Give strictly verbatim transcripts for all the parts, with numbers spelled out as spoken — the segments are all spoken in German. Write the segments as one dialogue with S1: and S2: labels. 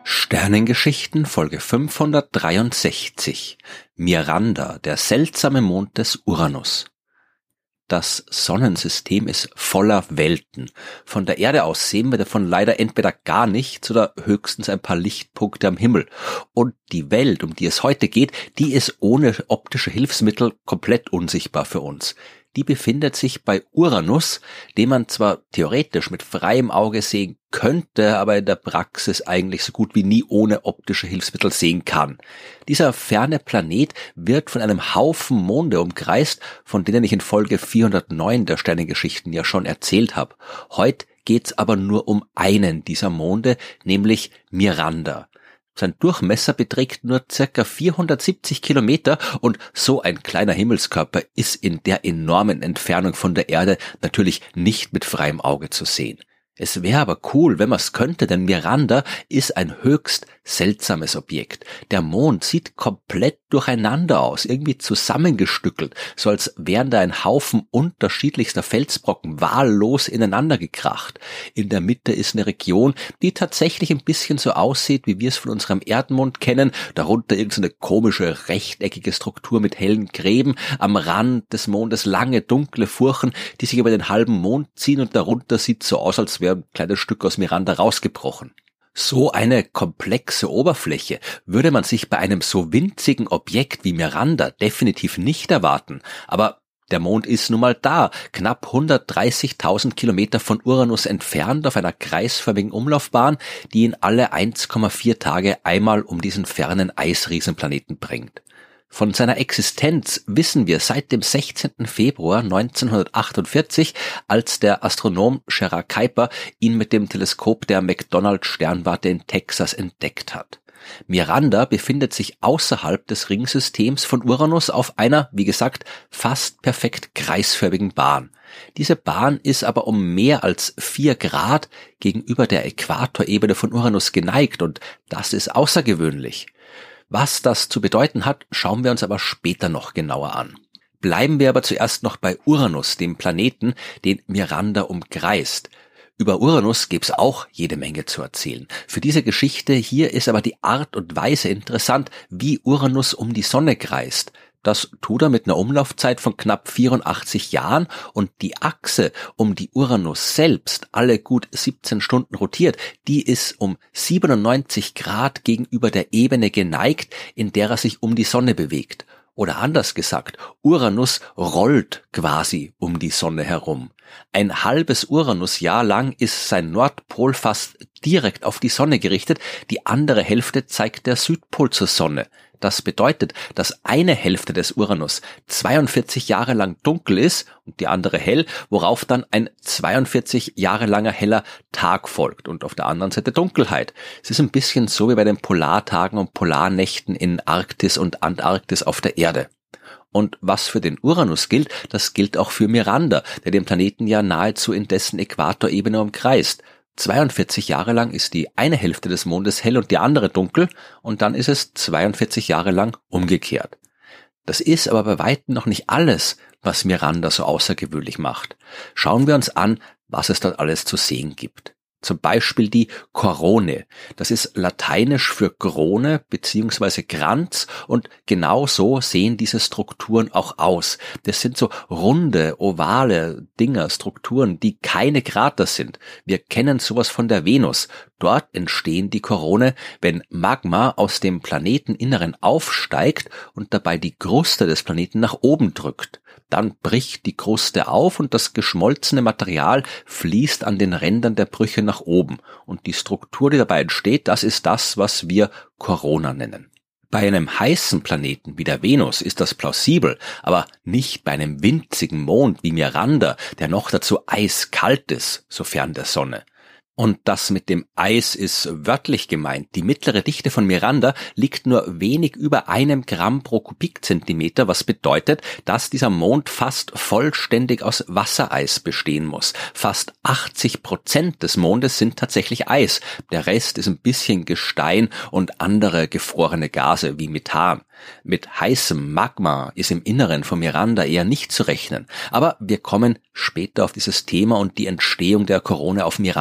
S1: Sternengeschichten Folge fünfhundertdreiundsechzig. Miranda, der seltsame Mond des Uranus. Das Sonnensystem ist voller Welten. Von der Erde aus sehen wir davon leider entweder gar nichts oder höchstens ein paar Lichtpunkte am Himmel. Und die Welt, um die es heute geht, die ist ohne optische Hilfsmittel komplett unsichtbar für uns. Die befindet sich bei Uranus, den man zwar theoretisch mit freiem Auge sehen könnte, aber in der Praxis eigentlich so gut wie nie ohne optische Hilfsmittel sehen kann. Dieser ferne Planet wird von einem Haufen Monde umkreist, von denen ich in Folge vierhundertneun der Sternengeschichten ja schon erzählt habe. Heute geht's aber nur um einen dieser Monde, nämlich Miranda. Sein Durchmesser beträgt nur circa vierhundertsiebzig Kilometer und so ein kleiner Himmelskörper ist in der enormen Entfernung von der Erde natürlich nicht mit freiem Auge zu sehen. Es wäre aber cool, wenn man es könnte, denn Miranda ist ein höchst seltsames Objekt. Der Mond sieht komplett durcheinander aus, irgendwie zusammengestückelt, so als wären da ein Haufen unterschiedlichster Felsbrocken wahllos ineinander gekracht. In der Mitte ist eine Region, die tatsächlich ein bisschen so aussieht, wie wir es von unserem Erdmond kennen, darunter irgendeine komische rechteckige Struktur mit hellen Gräben, am Rand des Mondes lange dunkle Furchen, die sich über den halben Mond ziehen und darunter sieht so aus, als wäre ein kleines Stück aus Miranda rausgebrochen. So eine komplexe Oberfläche würde man sich bei einem so winzigen Objekt wie Miranda definitiv nicht erwarten, aber der Mond ist nun mal da, knapp hundertdreißigtausend Kilometer von Uranus entfernt auf einer kreisförmigen Umlaufbahn, die ihn alle eins Komma vier Tage einmal um diesen fernen Eisriesenplaneten bringt. Von seiner Existenz wissen wir seit dem sechzehnten Februar neunzehnhundertachtundvierzig, als der Astronom Gerard Kuiper ihn mit dem Teleskop der McDonald-Sternwarte in Texas entdeckt hat. Miranda befindet sich außerhalb des Ringsystems von Uranus auf einer, wie gesagt, fast perfekt kreisförmigen Bahn. Diese Bahn ist aber um mehr als vier Grad gegenüber der Äquatorebene von Uranus geneigt und das ist außergewöhnlich. Was das zu bedeuten hat, schauen wir uns aber später noch genauer an. Bleiben wir aber zuerst noch bei Uranus, dem Planeten, den Miranda umkreist. Über Uranus gibt's auch jede Menge zu erzählen. Für diese Geschichte hier ist aber die Art und Weise interessant, wie Uranus um die Sonne kreist. Das tut er mit einer Umlaufzeit von knapp vierundachtzig Jahren und die Achse, um die Uranus selbst alle gut siebzehn Stunden rotiert, die ist um siebenundneunzig Grad gegenüber der Ebene geneigt, in der er sich um die Sonne bewegt. Oder anders gesagt, Uranus rollt quasi um die Sonne herum. Ein halbes Uranusjahr lang ist sein Nordpol fast direkt auf die Sonne gerichtet, die andere Hälfte zeigt der Südpol zur Sonne. Das bedeutet, dass eine Hälfte des Uranus zweiundvierzig Jahre lang dunkel ist und die andere hell, worauf dann ein zweiundvierzig Jahre langer heller Tag folgt und auf der anderen Seite Dunkelheit. Es ist ein bisschen so wie bei den Polartagen und Polarnächten in Arktis und Antarktis auf der Erde. Und was für den Uranus gilt, das gilt auch für Miranda, der den Planeten ja nahezu in dessen Äquatorebene umkreist. zweiundvierzig Jahre lang ist die eine Hälfte des Mondes hell und die andere dunkel und dann ist es zweiundvierzig Jahre lang umgekehrt. Das ist aber bei weitem noch nicht alles, was Miranda so außergewöhnlich macht. Schauen wir uns an, was es dort alles zu sehen gibt. Zum Beispiel die Korone. Das ist lateinisch für Krone bzw. Kranz und genau so sehen diese Strukturen auch aus. Das sind so runde, ovale Dinger, Strukturen, die keine Krater sind. Wir kennen sowas von der Venus. Dort entstehen die Korone, wenn Magma aus dem Planeteninneren aufsteigt und dabei die Kruste des Planeten nach oben drückt. Dann bricht die Kruste auf und das geschmolzene Material fließt an den Rändern der Brüche nach oben. Und die Struktur, die dabei entsteht, das ist das, was wir Korona nennen. Bei einem heißen Planeten wie der Venus ist das plausibel, aber nicht bei einem winzigen Mond wie Miranda, der noch dazu eiskalt ist, so fern der Sonne. Und das mit dem Eis ist wörtlich gemeint. Die mittlere Dichte von Miranda liegt nur wenig über einem Gramm pro Kubikzentimeter, was bedeutet, dass dieser Mond fast vollständig aus Wassereis bestehen muss. Fast achtzig Prozent des Mondes sind tatsächlich Eis. Der Rest ist ein bisschen Gestein und andere gefrorene Gase wie Methan. Mit heißem Magma ist im Inneren von Miranda eher nicht zu rechnen. Aber wir kommen später auf dieses Thema und die Entstehung der Korone auf Miranda zurück.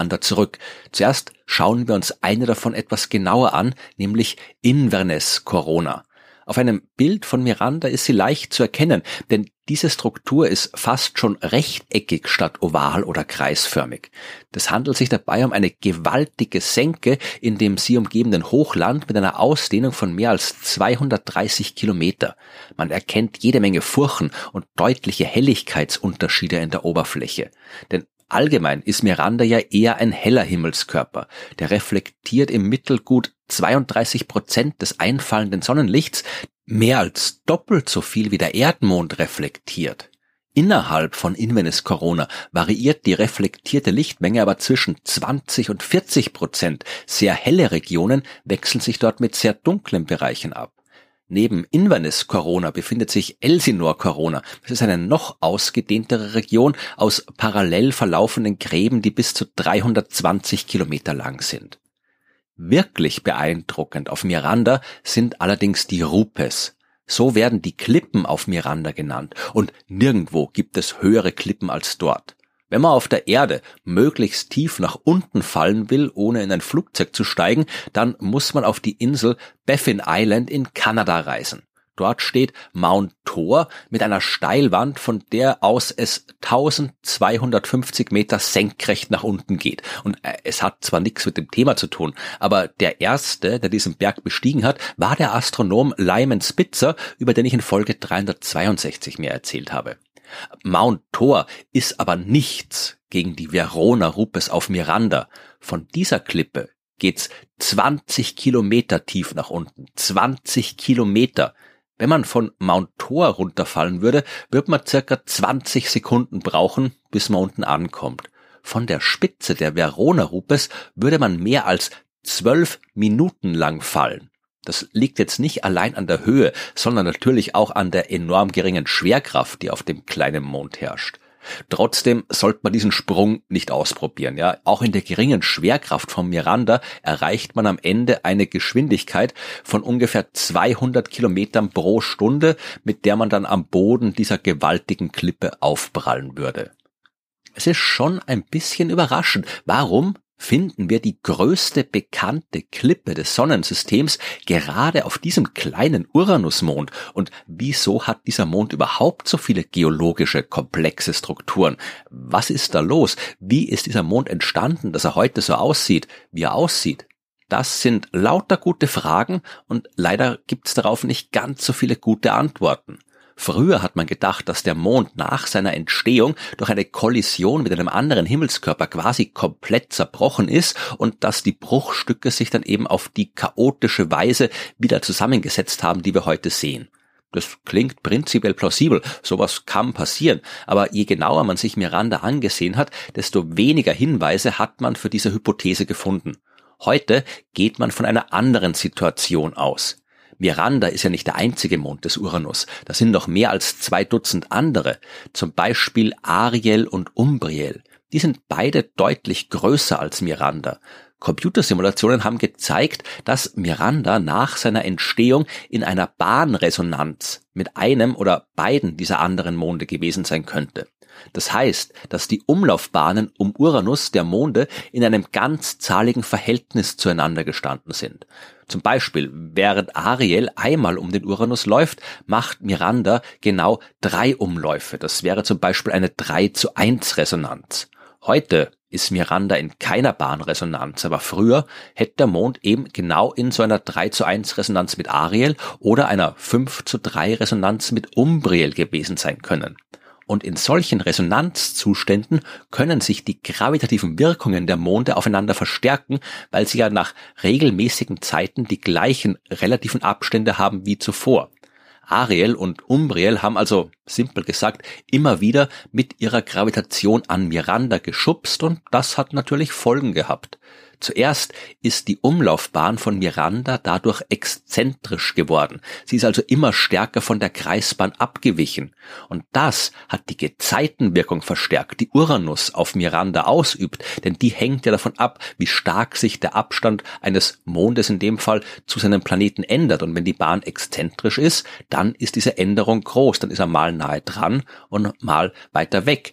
S1: zurück. Zuerst schauen wir uns eine davon etwas genauer an, nämlich Inverness Corona. Auf einem Bild von Miranda ist sie leicht zu erkennen, denn diese Struktur ist fast schon rechteckig statt oval oder kreisförmig. Es handelt sich dabei um eine gewaltige Senke in dem sie umgebenden Hochland mit einer Ausdehnung von mehr als zweihundertdreißig Kilometer. Man erkennt jede Menge Furchen und deutliche Helligkeitsunterschiede in der Oberfläche. Denn allgemein ist Miranda ja eher ein heller Himmelskörper. Der reflektiert im Mittel gut zweiunddreißig Prozent des einfallenden Sonnenlichts, mehr als doppelt so viel wie der Erdmond reflektiert. Innerhalb von Inverness Corona variiert die reflektierte Lichtmenge aber zwischen zwanzig und vierzig Prozent. Sehr helle Regionen wechseln sich dort mit sehr dunklen Bereichen ab. Neben Inverness Corona befindet sich Elsinore Corona. Das ist eine noch ausgedehntere Region aus parallel verlaufenden Gräben, die bis zu dreihundertzwanzig Kilometer lang sind. Wirklich beeindruckend auf Miranda sind allerdings die Rupes. So werden die Klippen auf Miranda genannt und nirgendwo gibt es höhere Klippen als dort. Wenn man auf der Erde möglichst tief nach unten fallen will, ohne in ein Flugzeug zu steigen, dann muss man auf die Insel Baffin Island in Kanada reisen. Dort steht Mount Thor mit einer Steilwand, von der aus es eintausendzweihundertfünfzig Meter senkrecht nach unten geht. Und es hat zwar nichts mit dem Thema zu tun, aber der erste, der diesen Berg bestiegen hat, war der Astronom Lyman Spitzer, über den ich in Folge dreihundertzweiundsechzig mehr erzählt habe. Mount Thor ist aber nichts gegen die Verona Rupes auf Miranda. Von dieser Klippe geht's zwanzig Kilometer tief nach unten. zwanzig Kilometer. Wenn man von Mount Thor runterfallen würde, würde man circa zwanzig Sekunden brauchen, bis man unten ankommt. Von der Spitze der Verona Rupes würde man mehr als zwölf Minuten lang fallen. Das liegt jetzt nicht allein an der Höhe, sondern natürlich auch an der enorm geringen Schwerkraft, die auf dem kleinen Mond herrscht. Trotzdem sollte man diesen Sprung nicht ausprobieren. Ja, auch in der geringen Schwerkraft von Miranda erreicht man am Ende eine Geschwindigkeit von ungefähr zweihundert Kilometern pro Stunde, mit der man dann am Boden dieser gewaltigen Klippe aufprallen würde. Es ist schon ein bisschen überraschend. Warum finden wir die größte bekannte Klippe des Sonnensystems gerade auf diesem kleinen Uranusmond? Und wieso hat dieser Mond überhaupt so viele geologische, komplexe Strukturen? Was ist da los? Wie ist dieser Mond entstanden, dass er heute so aussieht, wie er aussieht? Das sind lauter gute Fragen und leider gibt's darauf nicht ganz so viele gute Antworten. Früher hat man gedacht, dass der Mond nach seiner Entstehung durch eine Kollision mit einem anderen Himmelskörper quasi komplett zerbrochen ist und dass die Bruchstücke sich dann eben auf die chaotische Weise wieder zusammengesetzt haben, die wir heute sehen. Das klingt prinzipiell plausibel, sowas kann passieren, aber je genauer man sich Miranda angesehen hat, desto weniger Hinweise hat man für diese Hypothese gefunden. Heute geht man von einer anderen Situation aus. Miranda ist ja nicht der einzige Mond des Uranus. Da sind noch mehr als zwei Dutzend andere, zum Beispiel Ariel und Umbriel. Die sind beide deutlich größer als Miranda. Computersimulationen haben gezeigt, dass Miranda nach seiner Entstehung in einer Bahnresonanz mit einem oder beiden dieser anderen Monde gewesen sein könnte. Das heißt, dass die Umlaufbahnen um Uranus der Monde in einem ganzzahligen Verhältnis zueinander gestanden sind. Zum Beispiel, während Ariel einmal um den Uranus läuft, macht Miranda genau drei Umläufe. Das wäre zum Beispiel eine drei zu eins Resonanz. Heute ist Miranda in keiner Bahnresonanz, aber früher hätte der Mond eben genau in so einer drei zu eins Resonanz mit Ariel oder einer fünf zu drei Resonanz mit Umbriel gewesen sein können. Und in solchen Resonanzzuständen können sich die gravitativen Wirkungen der Monde aufeinander verstärken, weil sie ja nach regelmäßigen Zeiten die gleichen relativen Abstände haben wie zuvor. Ariel und Umbriel haben also, simpel gesagt, immer wieder mit ihrer Gravitation an Miranda geschubst und das hat natürlich Folgen gehabt. Zuerst ist die Umlaufbahn von Miranda dadurch exzentrisch geworden. Sie ist also immer stärker von der Kreisbahn abgewichen. Und das hat die Gezeitenwirkung verstärkt, die Uranus auf Miranda ausübt, denn die hängt ja davon ab, wie stark sich der Abstand eines Mondes in dem Fall zu seinem Planeten ändert. Und wenn die Bahn exzentrisch ist, dann ist diese Änderung groß, dann ist er mal nahe dran und mal weiter weg.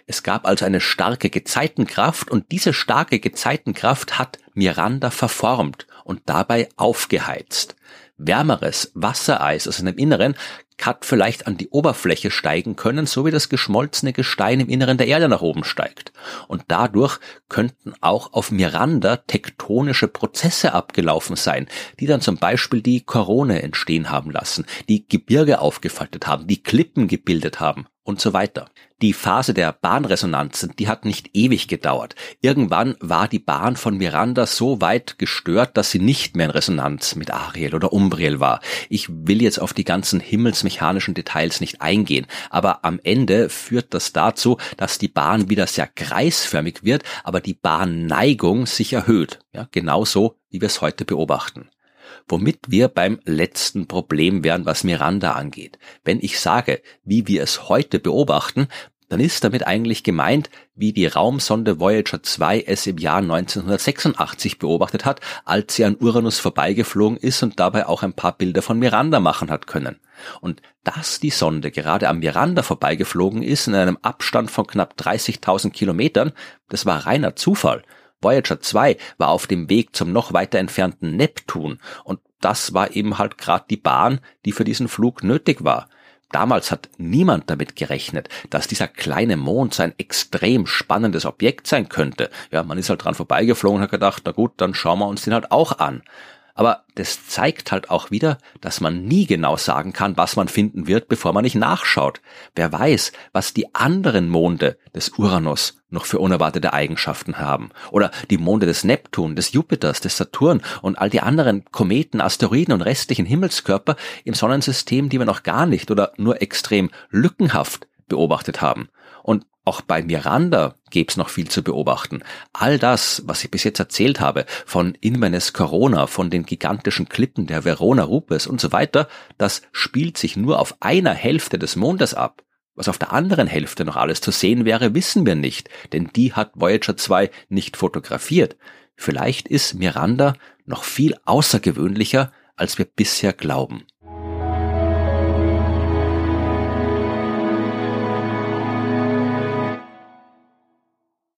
S1: Es gab also eine starke Gezeitenkraft und diese starke Gezeitenkraft hat Miranda verformt und dabei aufgeheizt. Wärmeres Wassereis aus seinem Inneren hat vielleicht an die Oberfläche steigen können, so wie das geschmolzene Gestein im Inneren der Erde nach oben steigt. Und dadurch könnten auch auf Miranda tektonische Prozesse abgelaufen sein, die dann zum Beispiel die Korone entstehen haben lassen, die Gebirge aufgefaltet haben, die Klippen gebildet haben und so weiter. Die Phase der Bahnresonanzen, die hat nicht ewig gedauert. Irgendwann war die Bahn von Miranda so weit gestört, dass sie nicht mehr in Resonanz mit Ariel oder Umbriel war. Ich will jetzt auf die ganzen himmelsmechanischen Details nicht eingehen, aber am Ende führt das dazu, dass die Bahn wieder sehr kreisförmig wird, aber die Bahnneigung sich erhöht. Ja, genauso, wie wir es heute beobachten. Womit wir beim letzten Problem wären, was Miranda angeht. Wenn ich sage, wie wir es heute beobachten, dann ist damit eigentlich gemeint, wie die Raumsonde Voyager zwei es im Jahr neunzehnhundertsechsundachtzig beobachtet hat, als sie an Uranus vorbeigeflogen ist und dabei auch ein paar Bilder von Miranda machen hat können. Und dass die Sonde gerade am Miranda vorbeigeflogen ist, in einem Abstand von knapp dreißigtausend Kilometern, das war reiner Zufall. Voyager zwei war auf dem Weg zum noch weiter entfernten Neptun und das war eben halt gerade die Bahn, die für diesen Flug nötig war. Damals hat niemand damit gerechnet, dass dieser kleine Mond so ein extrem spannendes Objekt sein könnte. Ja, man ist halt dran vorbeigeflogen und hat gedacht, na gut, dann schauen wir uns den halt auch an. Aber das zeigt halt auch wieder, dass man nie genau sagen kann, was man finden wird, bevor man nicht nachschaut. Wer weiß, was die anderen Monde des Uranus noch für unerwartete Eigenschaften haben. Oder die Monde des Neptun, des Jupiters, des Saturn und all die anderen Kometen, Asteroiden und restlichen Himmelskörper im Sonnensystem, die wir noch gar nicht oder nur extrem lückenhaft beobachtet haben. Und auch bei Miranda gäbe es noch viel zu beobachten. All das, was ich bis jetzt erzählt habe, von Inverness Corona, von den gigantischen Klippen der Verona Rupes und so weiter, das spielt sich nur auf einer Hälfte des Mondes ab. Was auf der anderen Hälfte noch alles zu sehen wäre, wissen wir nicht, denn die hat Voyager zwei nicht fotografiert. Vielleicht ist Miranda noch viel außergewöhnlicher, als wir bisher glauben.